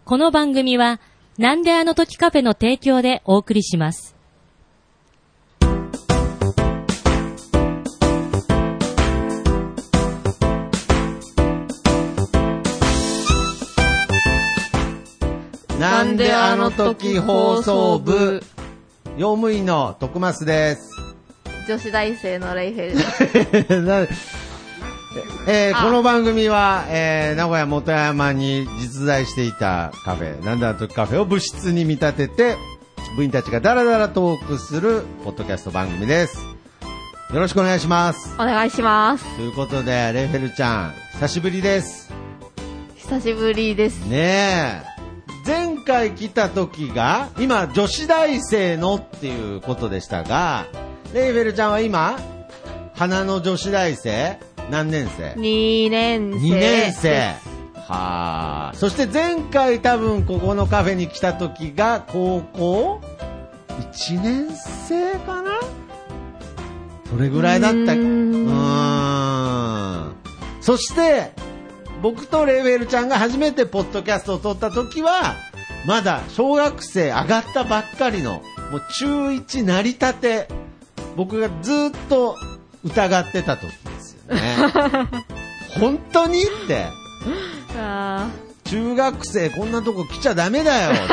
この番組はなんであの時カフェの提供でお送りします。 なんであの時放送部、用務員の徳増です。 女子大生のレイフェルこの番組は、名古屋元山に実在していたカフェ、なんであの時カフェを部室に見立てて部員たちがダラダラトークするポッドキャスト番組です。よろしくお願いします。 お願いします。 ということで、レイフェルちゃん久しぶりです。 久しぶりですね。前回来た時が今女子大生のっていうことでしたが、レイフェルちゃんは今花の女子大生何年生 ？2年生。 2年生。はあ。そして前回多分ここのカフェに来た時が高校1年生かな、それぐらいだった。そして僕とレイフェルちゃんが初めてポッドキャストを撮った時はまだ小学生上がったばっかりの、もう中1成り立て、僕がずっと疑ってた時ですよね。本当にって中学生こんなとこ来ちゃダメだよって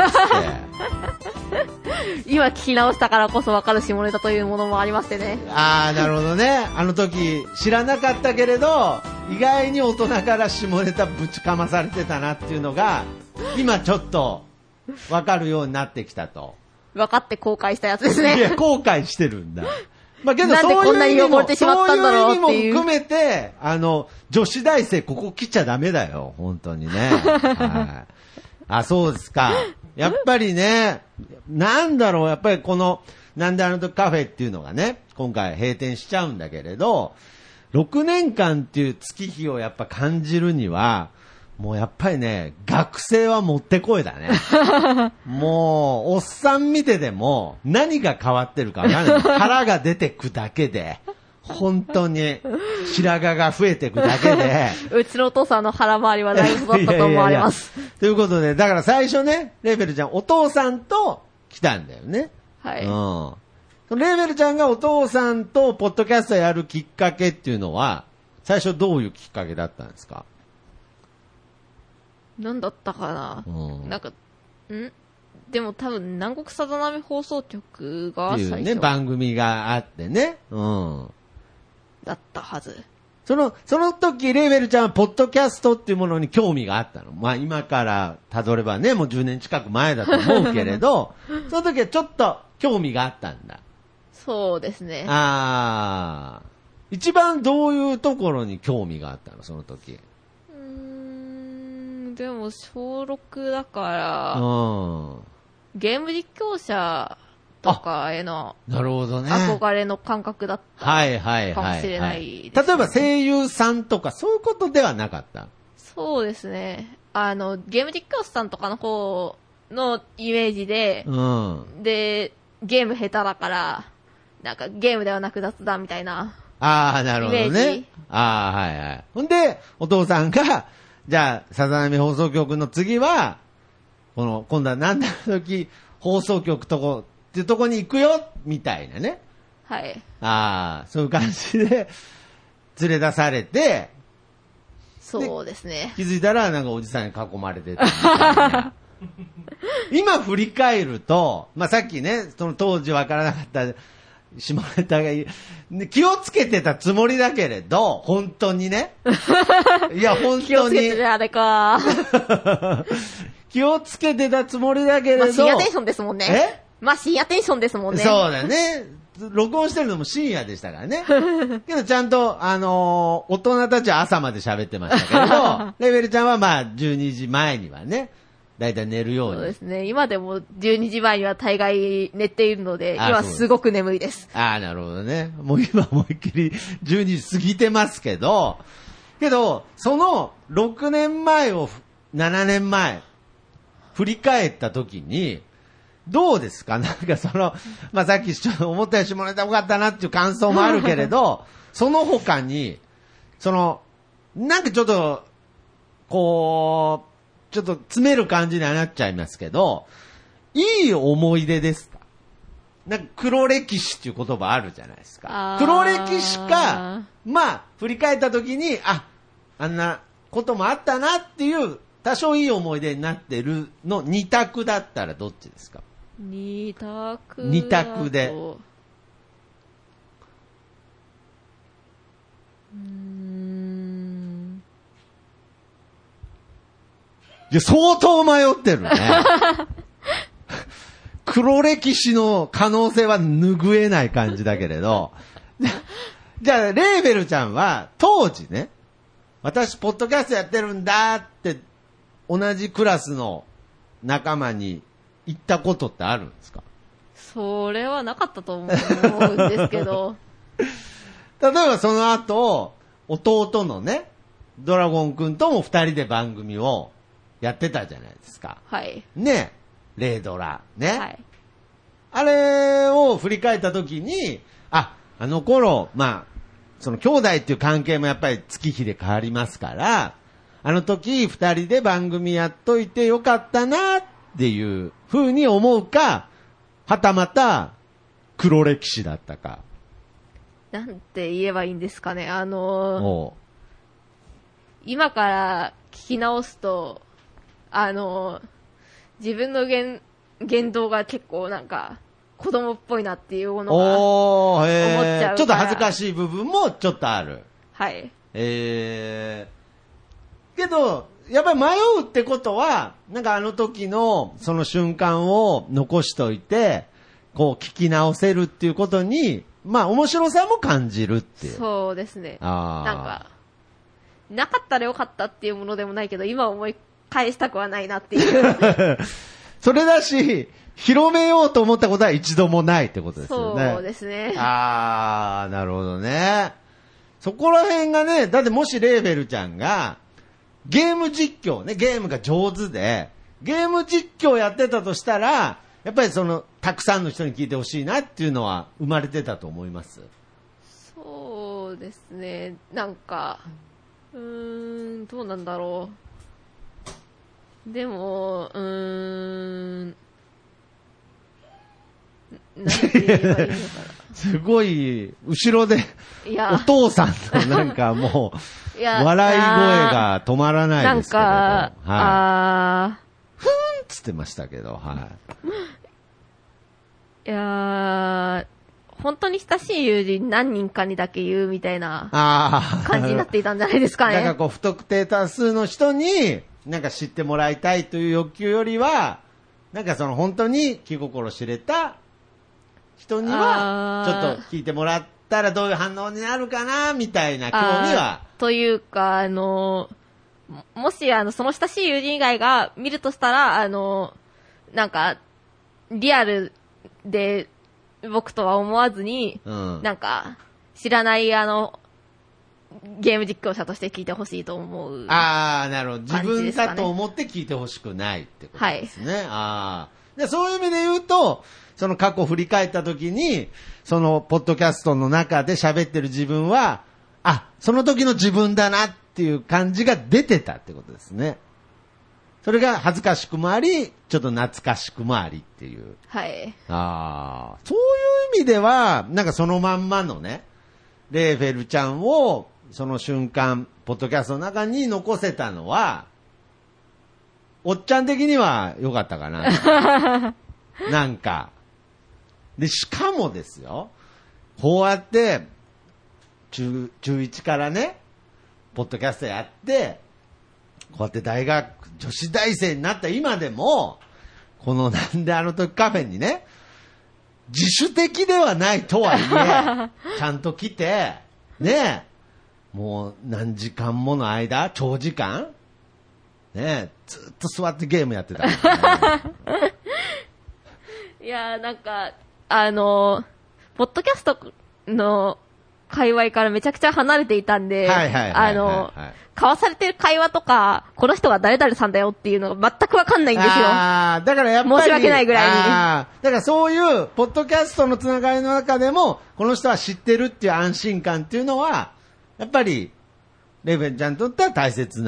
今聞き直したからこそ分かる下ネタというものもありましてね。 ああ、なるほどね。あの時知らなかったけれど意外に大人から下ネタぶちかまされてたなっていうのが今ちょっと分かるようになってきたと。 分かって後悔したやつですね。 いや、後悔してるんだ。まあ、けどなんでこんなに汚れてしまったんだろうっていう。 そういう意味も含めて、女子大生ここ来ちゃダメだよ。本当にね。はい。あ、そうですか。やっぱりね、なんだろう、やっぱりこの、なんであの時カフェっていうのがね、今回閉店しちゃうんだけれど、6年間っていう月日をやっぱ感じるには、もうやっぱりね、学生はもってこいだね。もう、おっさん見てでも何が変わってるかわからない。腹が出てくだけで、本当に白髪が増えてくだけで。 うちのお父さんの腹回りはだいぶだったと思われます。 ということで、だから最初ね、レイフェルちゃんお父さんと来たんだよね。 はい。 レイフェルちゃんがお父さんとポッドキャストやるきっかけっていうのは、最初どういうきっかけだったんですか？ なんだったかな、なんかでも多分南国さざ波放送局が最初っていうね、 番組があってね、 だったはず。 その時レイフェルちゃんはポッドキャストっていうものに興味があったの。まあ今から辿ればね、もう10年近く前だと思うけれどその時はちょっと興味があったんだ。 そうですね。 一番どういうところに興味があったの、その時？ でも小6だからゲーム実況者とかへのなるほどね、 憧れの感覚だったかもしれないですね。 例えば声優さんとかそういうことではなかった？ そうですね。ゲーム実況者さんとかの方のイメージで、でゲーム下手だからなんかゲームではなく雑談みたいな。 なるほどね。ほんでお父さんがじゃあさざ波放送局の次は今度はなんだ時放送局っていうとこに行くよみたいなね。 はい。 そういう感じで連れ出されて、 そうですね。 気づいたらなんかおじさんに囲まれてたみたいな。今振り返ると、まあさっきね、その当時わからなかった下ネタが気をつけてたつもりだけれど、本当にね。いや、本当に。 気をつけててあれか。 気をつけてたつもりだけれど。 深夜テンションですもんね。深夜テンションですもんね。 そうだね。録音してるのも深夜でしたからね。けどちゃんと、大人たちは朝まで喋ってましたけれど、レベルちゃんはまあ、12時前にはね、だいたい寝るように。 そうですね。今でも12時前には大概寝ているので、今すごく眠いです。 なるほどね。もう今思いっきり12時過ぎてますけど、その6年前を7年前、振り返った時に、どうですか？なんかまあ、さっきちょっと思ったより下ネタ多かったなっていう感想もあるけれど、その他に、なんかちょっと、 ちょっと詰める感じにはなっちゃいますけど、いい思い出ですか？なんか黒歴史っていう言葉あるじゃないですか。黒歴史か、まあ、振り返った時に、あんなこともあったなっていう、多少いい思い出になってるの二択だったらどっちですか？ 二択で。いや、相当迷ってるね。黒歴史の可能性は拭えない感じだけれど。じゃあ、レーベルちゃんは、当時ね、私、ポッドキャストやってるんだって、同じクラスの仲間に言ったことってあるんですか？ それはなかったと思うんですけど。 例えばその後、弟のね、ドラゴンくんとも二人で番組をやってたじゃないですか。 はい。 ね、レイドラ、ね。 はい。 あれを振り返ったときに、あの頃、まあ、その兄弟っていう関係もやっぱり月日で変わりますから、あの時二人で番組やっといてよかったなっていう風に思うか、はたまた黒歴史だったか。 なんて言えばいいんですかね。今から聞き直すと、自分の言動が結構なんか子供っぽいなっていうのが思っちゃうから、 ちょっと恥ずかしい部分もちょっとある。 はい。 けど、やっぱり迷うってことは、なんかあの時のその瞬間を残しといて、こう聞き直せるっていうことに、まあ面白さも感じるっていう。 そうですね。なんか、なかったらよかったっていうものでもないけど、今思い返したくはないなっていう。 それだし、広めようと思ったことは一度もないってことですよね。 そうですね。 なるほどね。そこら辺がね、だってもしレーベルちゃんが、ゲーム実況ね、ゲームが上手で、ゲーム実況やってたとしたら、やっぱりその、たくさんの人に聞いてほしいなっていうのは生まれてたと思います。 そうですね。なんか、どうなんだろう。でも、なんて言えばいいのかな。 すごい、後ろで、お父さんのなんかもう、笑い声が止まらないですけれど。 なんか、 はい。ふーんっつってましたけど、はい。 いやー、本当に親しい友人何人かにだけ言うみたいな感じになっていたんじゃないですかね。 だからこう、不特定多数の人に、なんか知ってもらいたいという欲求よりは、なんかその本当に気心知れた人には、ちょっと聞いてもらったらどういう反応になるかな、みたいな興味は。 というか、もし、その親しい友人以外が見るとしたら、なんか、リアルで僕とは思わずに、なんか、知らないゲーム実況者として聞いてほしいと思う。 なるほど。自分だと思って聞いてほしくないってことですね。はい。で、そういう意味で言うと、その過去振り返った時に、そのポッドキャストの中で喋ってる自分は、その時の自分だなっていう感じが出てたってことですね。それが恥ずかしくもあり、ちょっと懐かしくもありっていう。 はい。 そういう意味では、なんかそのまんまのね、レーフェルちゃんを、その瞬間、ポッドキャストの中に残せたのは、おっちゃん的には良かったかな。なんか。で、しかもですよ、こうやって、中1からね、ポッドキャストやって、こうやって大学、女子大生になった今でも、このなんであの時カフェにね、自主的ではないとはいえ、ちゃんと来て、ね、もう何時間もの間、長時間ね、ずっと座ってゲームやってた、ね。 いやーなんか、ポッドキャストの界隈からめちゃくちゃ離れていたんで、交わされてる会話とか、この人が誰々さんだよっていうのが全くわかんないんですよ。 だからやっぱり。 申し訳ないぐらいに。 だからそういう、ポッドキャストのつながりの中でも、この人は知ってるっていう安心感っていうのは、やっぱり、レベンちゃんにとっては大切な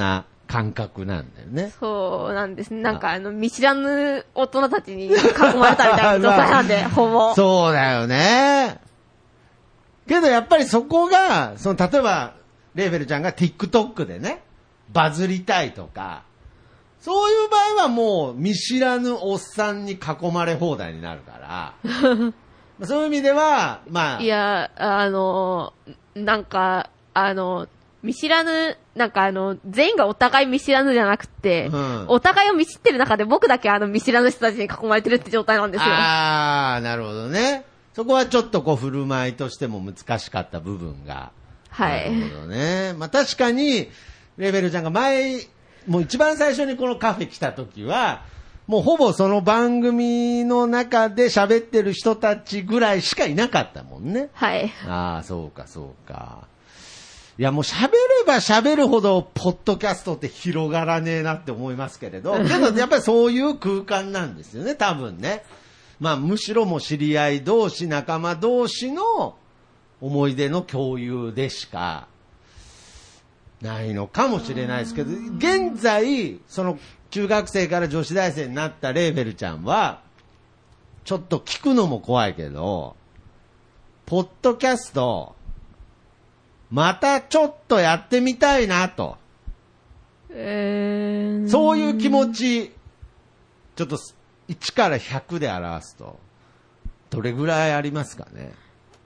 感覚なんだよね。 そうなんですね。なんか見知らぬ大人たちに囲まれたみたいな状態なんで、ほぼ。 そうだよね。けどやっぱりそこが、例えば、レーベルちゃんが TikTok でね、バズりたいとか、そういう場合はもう見知らぬおっさんに囲まれ放題になるから、そういう意味では、まあ。 いや、なんか、見知らぬ、なんか全員がお互い見知らぬじゃなくて、 うん、 お互いを見知ってる中で僕だけ見知らぬ人たちに囲まれてるって状態なんですよ。 あー、なるほどね。そこはちょっと振る舞いとしても難しかった部分が。 はい。 なるほどね。まあ確かに、レベルちゃんがもう一番最初にこのカフェ来た時は、もうほぼその番組の中で喋ってる人たちぐらいしかいなかったもんね。 はい。 ああ、そうか、そうか。いや、もう喋れば喋るほど、ポッドキャストって広がらねえなって思いますけれど、けどやっぱりそういう空間なんですよね、多分ね。まあ、むしろもう知り合い同士、仲間同士の思い出の共有でしかないのかもしれないですけど、現在、中学生から女子大生になったレーベルちゃんは、ちょっと聞くのも怖いけど、ポッドキャスト、またちょっとやってみたいなと。そういう気持ち、ちょっと1から100で表すと、どれぐらいありますかね。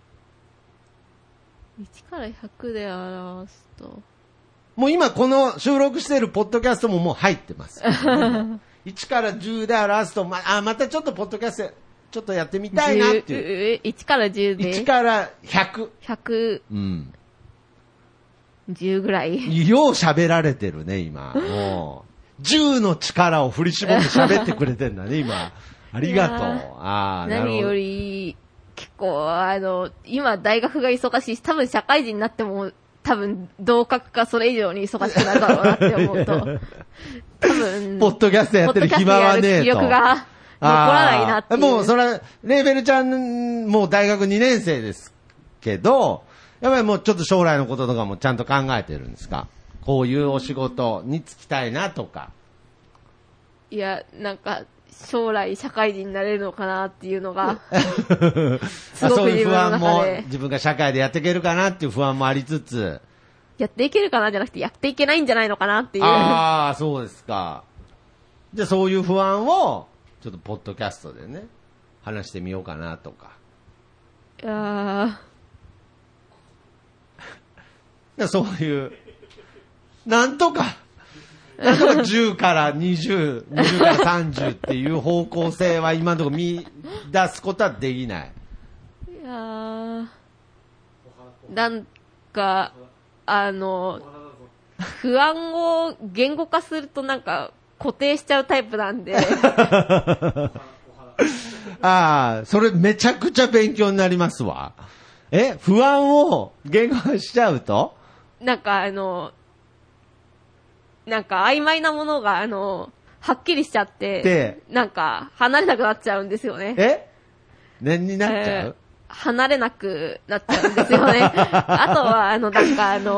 1から100で表すと。 もう今この収録しているポッドキャストももう入ってます。1から10で表すと、またちょっとポッドキャストちょっとやってみたいなっていう。 1から10で。 1から100。 100。 うん。 10ぐらい。 よう喋られてるね、今。もう10の力を振り絞って喋ってくれてんだね、今。ありがとう。ああ、なるほど。 何より、結構、今大学が忙しいし、多分社会人になっても、多分同格かそれ以上に忙しくなるだろうなって思うと、多分、 ポッドキャストやってる暇はねえと。 記憶が残らないなっていう。 もうそれは、レーベルちゃん、もう大学2年生ですけど、やっぱりもうちょっと将来のこととかもちゃんと考えてるんですか？こういうお仕事に就きたいなとか。 いや、なんか、将来社会人になれるのかなっていうのが、すごく自分の中で。そういう不安も、 自分が社会でやっていけるかなっていう不安もありつつ。 やっていけるかなじゃなくて、やっていけないんじゃないのかなっていう。 ああ、そうですか。じゃあそういう不安を、ちょっとポッドキャストでね、話してみようかなとか。 いやそういう、なんとか10から20、20から30っていう方向性は今のところ見出すことはできない。 いやー、なんか、不安を言語化するとなんか固定しちゃうタイプなんで。 ああ、それめちゃくちゃ勉強になりますわ。不安を言語化しちゃうと？ なんかなんか曖昧なものがはっきりしちゃって、なんか離れなくなっちゃうんですよね。 何になっちゃう？ 離れなくなっちゃうんですよね。あとはなんか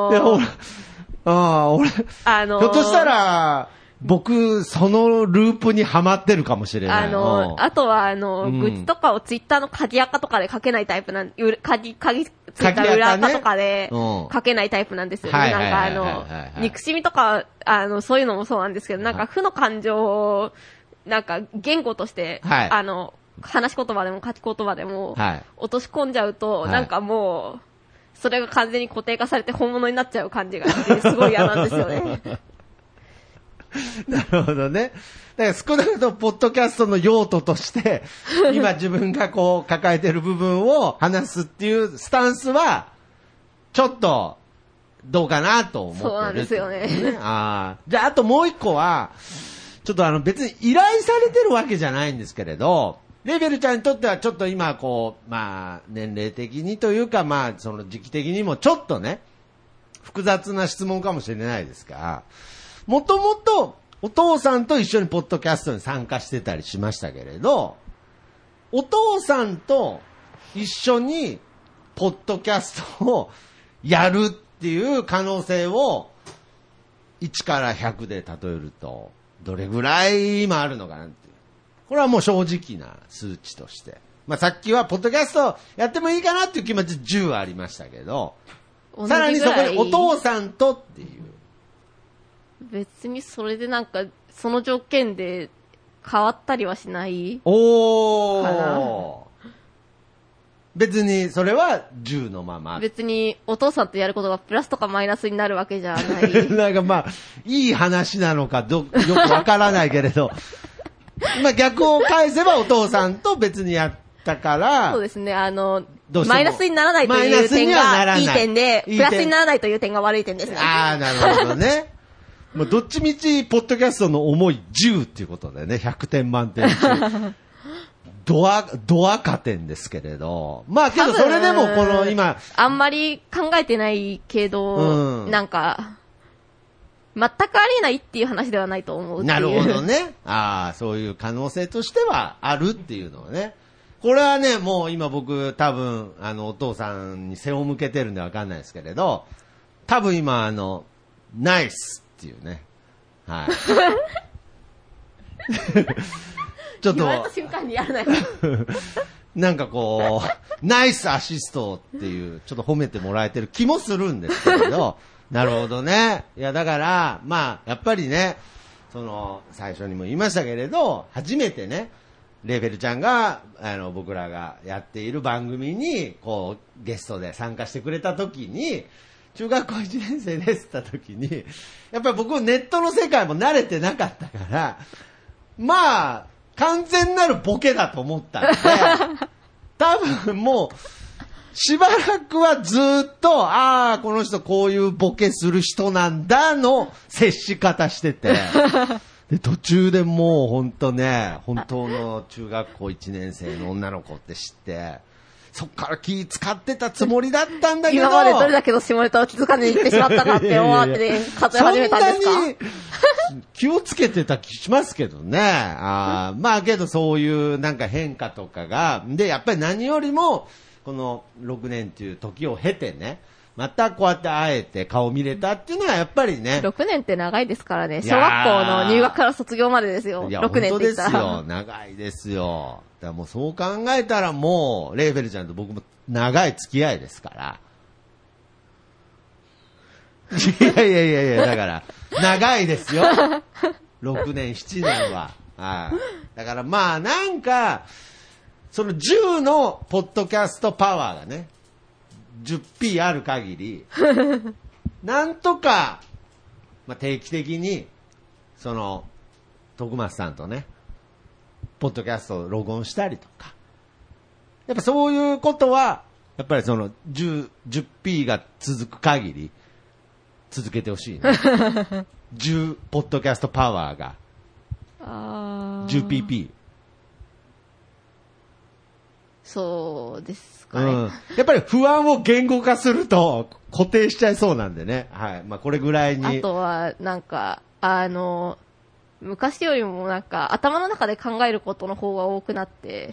俺、ひょっとしたら、僕、そのループにはまってるかもしれない。 あとは愚痴とかをツイッターの鍵垢とかで書けないタイプ鍵ツイッター裏垢とかで書けないタイプなんですよね。なんか憎しみとか、そういうのもそうなんですけど、なんか負の感情を、なんか言語として、話し言葉でも書き言葉でも、落とし込んじゃうと、なんかもう、それが完全に固定化されて本物になっちゃう感じがして、すごい嫌なんですよね。 なるほどね。だから少なくともポッドキャストの用途として、今自分がこう抱えてる部分を話すっていうスタンスは、ちょっと、どうかなと思ってる。 そうなんですよね。 じゃああともう一個は、ちょっと別に依頼されてるわけじゃないんですけれど、レーベルちゃんにとってはちょっと今こう、年齢的にというかその時期的にもちょっとね、複雑な質問かもしれないですが、もともとお父さんと一緒にポッドキャストに参加してたりしましたけれど、お父さんと一緒にポッドキャストをやるっていう可能性を 1から100で例えると、どれぐらい今あるのかなっていう。これはもう正直な数値として。まあさっきはポッドキャストやってもいいかなっていう気持ち10ありましたけど、さらにそこにお父さんとっていう。 別にそれでなんか、その条件で変わったりはしない。 おー。別にそれは10のまま。 別にお父さんとやることがプラスとかマイナスになるわけじゃない。 なんかまあ、いい話なのかよくわからないけれど、まあ逆を返せばお父さんと別にやったから、 そうですね、マイナスにならないという点がいい点で、プラスにならないという点が悪い点ですね。 ああ、なるほどね。もうどっちみち、ポッドキャストの思い10っていうことでね、100点満点中。ドア加点ですけれど。まあけどそれでもこの今。 あんまり考えてないけど、なんか、全くありえないっていう話ではないと思うっていう。 なるほどね。ああ、そういう可能性としてはあるっていうのはね。これはね、もう今僕多分、お父さんに背を向けてるんでわかんないですけれど、多分今ナイスっていうね。はい。ちょっと。 言われた瞬間にやらない。 なんかこう、ナイスアシストっていう、ちょっと褒めてもらえてる気もするんですけれど、なるほどね。いや、だから、まあ、やっぱりね、最初にも言いましたけれど、初めてね、レーベルちゃんが、僕らがやっている番組に、こう、ゲストで参加してくれた時に、中学校1年生ですって言った時に、やっぱり僕ネットの世界も慣れてなかったから、まあ、完全なるボケだと思ったんで、多分もう、しばらくはずっと、ああ、この人こういうボケする人なんだの接し方してて、で途中でもう本当の中学校1年生の女の子って知って、そっから気使ってたつもりだったんだけど、 今までどれだけの下ネタを気づかずに言ってしまったかって思ってね、数え始めたんですか？ そんなに気をつけてた気しますけどね。まあけどそういうなんか変化とかが、で、やっぱり何よりも、この6年っていう時を経てね、またこうやって会えて顔見れたっていうのはやっぱりね。 6年って長いですからね。小学校の入学から卒業までですよ。 いや、 6年って言ったら。 本当ですよ。長いですよ。だからもうそう考えたらもう、レーベルちゃんと僕も長い付き合いですから。いや、だから、長いですよ。6年、7年は。だからまあなんか、その10のポッドキャストパワーがね、10P ある限り、なんとか、まあ、定期的に、徳松さんとね、ポッドキャストを録音したりとか、やっぱそういうことは、やっぱり10P が続く限り、続けてほしいね。10ポッドキャストパワーが、10PP。 そうですかね、 やっぱり不安を言語化すると固定しちゃいそうなんでね。はい。まあこれぐらいに。 あとは、なんか、昔よりもなんか頭の中で考えることの方が多くなって、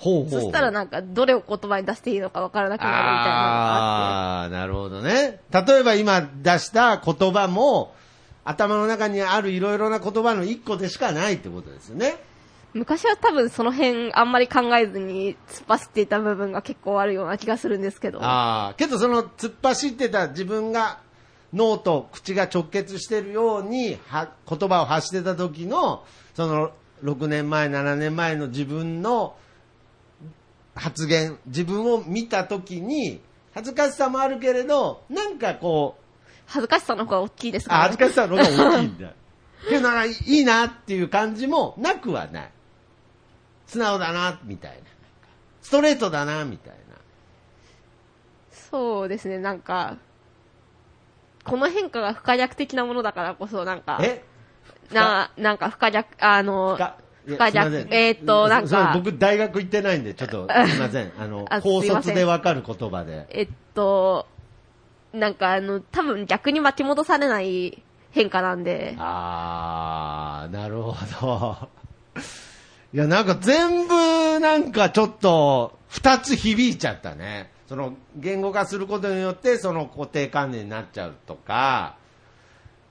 そしたらなんかどれを言葉に出していいのかわからなくなるみたいなのがあって。 なるほどね。例えば今出した言葉も頭の中にあるいろいろな言葉の一個でしかないってことですよね。 昔は多分その辺あんまり考えずに突っ走っていた部分が結構あるような気がするんですけど。 けどその突っ走ってた自分が脳と口が直結してるように言葉を発してた時のその6年前7年前の自分の発言、自分を見た時に恥ずかしさもあるけれど、なんかこう恥ずかしさの方が大きいですかね。 恥ずかしさの方が大きいんだ。けどなんかいいなっていう感じもなくはない。素直だなみたいな、ストレートだなみたいな。 そうですね、なんかこの変化が不可逆的なものだからこそなんかなんか不可逆不可逆なんか僕大学行ってないんでちょっとすいません高卒でわかる言葉でなんか多分逆に巻き戻されない変化なんで。 なるほど。いや、なんか全部なんかちょっと二つ響いちゃったね。その言語化することによってその固定観念になっちゃうとか、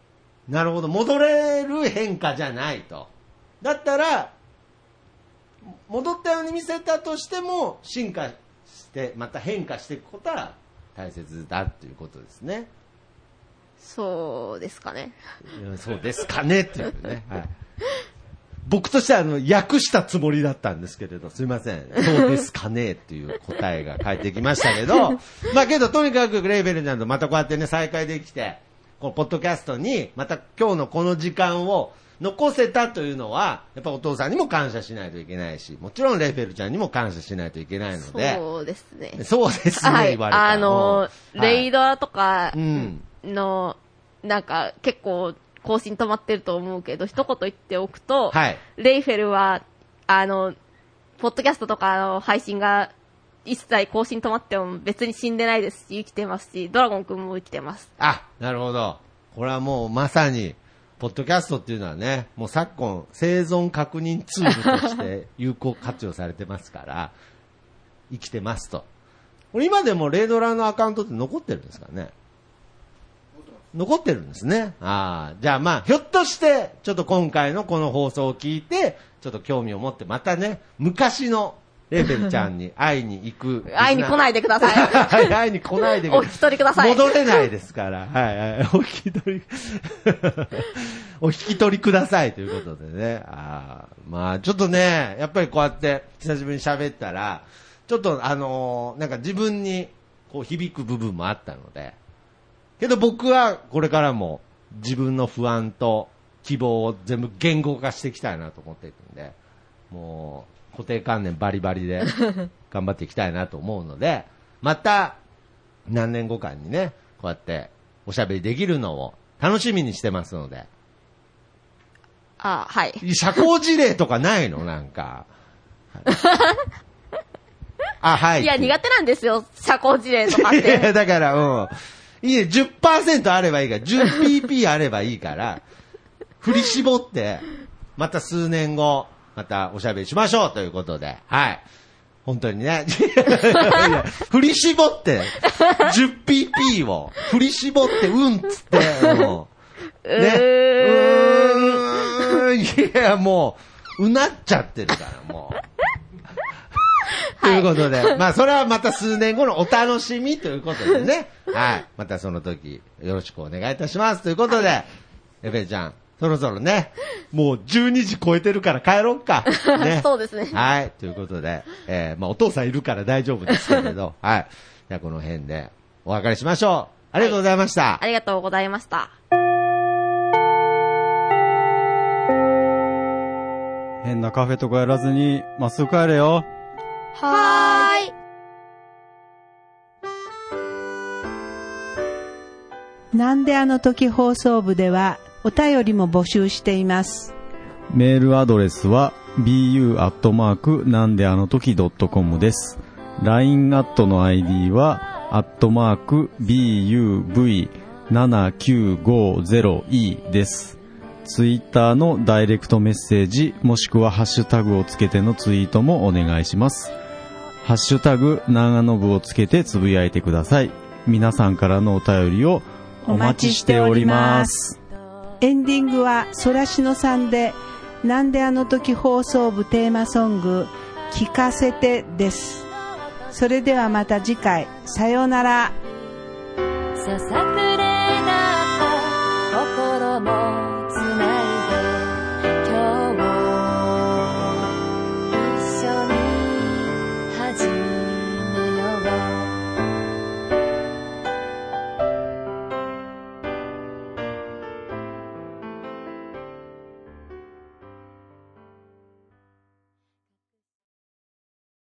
なるほど。戻れる変化じゃないと。だったら、戻ったように見せたとしても、進化して、また変化していくことは大切だっていうことですね。 そうですかね。 そうですかねっていうね。はい、僕としては訳したつもりだったんですけれど、すいません。そうですかねっていう答えが返ってきましたけど、まあけどとにかくレイベルちゃんとまたこうやってね、再会できて、このポッドキャストにまた今日のこの時間を残せたというのは、やっぱお父さんにも感謝しないといけないし、もちろんレイベルちゃんにも感謝しないといけないので。 そうですね。 そうですね、 はい、 言われた。 レイドラとかうんの、なんか結構更新止まってると思うけど、一言言っておくと、 はい、 レイフェルは、ポッドキャストとかの配信が一切更新止まっても別に死んでないですし、生きてますし、ドラゴンくんも生きてます。 あ、なるほど。これはもうまさに、ポッドキャストっていうのはね、もう昨今生存確認ツールとして有効活用されてますから、生きてますと。これ今でもレイドラのアカウントって残ってるんですかね？残ってるんですね。ああ、じゃあまあ、ひょっとして、ちょっと今回のこの放送を聞いて、ちょっと興味を持って、またね、昔のレイベルちゃんに会いに行く。 会いに来ないでください。 はい、会いに来ないでください。 お引き取りください。 戻れないですから。はい、はい、お引き取り、お引き取りくださいということでね。まあ、ちょっとね、やっぱりこうやって久しぶりに喋ったら、ちょっとなんか自分にこう響く部分もあったので、けど僕はこれからも自分の不安と希望を全部言語化していきたいなと思っているんで、もう固定観念バリバリで頑張っていきたいなと思うので、また何年後かにね、こうやっておしゃべりできるのを楽しみにしてますので。 はい。 社交辞令とかないのなんか。はい。 いや、苦手なんですよ、社交辞令とかって。 いや、だから、いいね、10% あればいいから、10pp あればいいから、振り絞って、また数年後、またおしゃべりしましょうということで、はい。本当にね、振り絞って、10pp を、振り絞って、うんっつって、いや、もうなっちゃってるから、もう。ということで、まあ、それはまた数年後のお楽しみということでね。はい。またその時、よろしくお願いいたします。ということで、エフェちゃん、そろそろね、もう12時超えてるから帰ろうか。ね。 そうですね。 はい。ということで、まあ、お父さんいるから大丈夫ですけれど、はい。じゃあこの辺でお別れしましょう。ありがとうございました。 はい、ありがとうございました。 変なカフェとかやらずに、まっすぐ帰れよ。 はーい。 なんであの時放送部ではお便りも募集しています。 メールアドレスは bu@ なんであの時 .com です。LINE アットの ID は@buv7950e です。ツイッターのダイレクトメッセージもしくはハッシュタグをつけてのツイートもお願いします。ハッシュタグ長野部をつけてつぶやいてください。皆さんからのお便りをお待ちしております。 エンディングはソラシノさんでなんであの時放送部テーマソング聞かせてです。それではまた次回、さようなら。